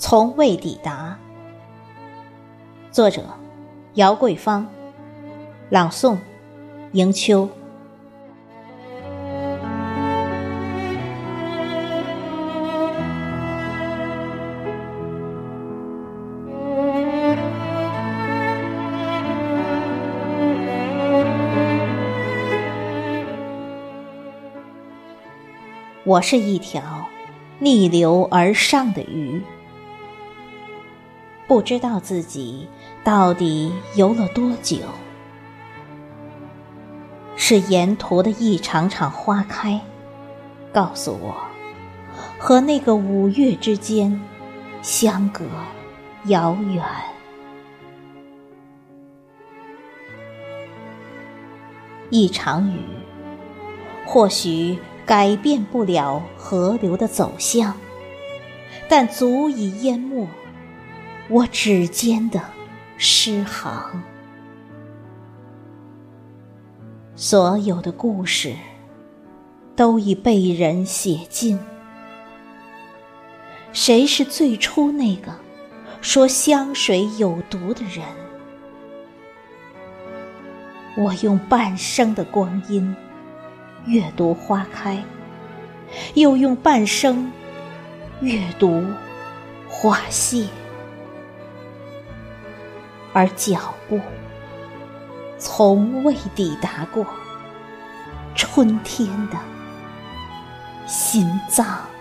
从未抵达。作者：姚桂芳，朗诵：迎秋。我是一条逆流而上的鱼，不知道自己到底游了多久。是沿途的一场场花开，告诉我，和那个5月之间相隔遥远。一场雨，或许改变不了河流的走向，但足以淹没我指尖的诗行。所有的故事都已被人写尽。谁是最初那个说香水有毒的人？我用半生的光阴阅读花开，又用半生阅读花谢，而脚步从未抵达过春天的心脏。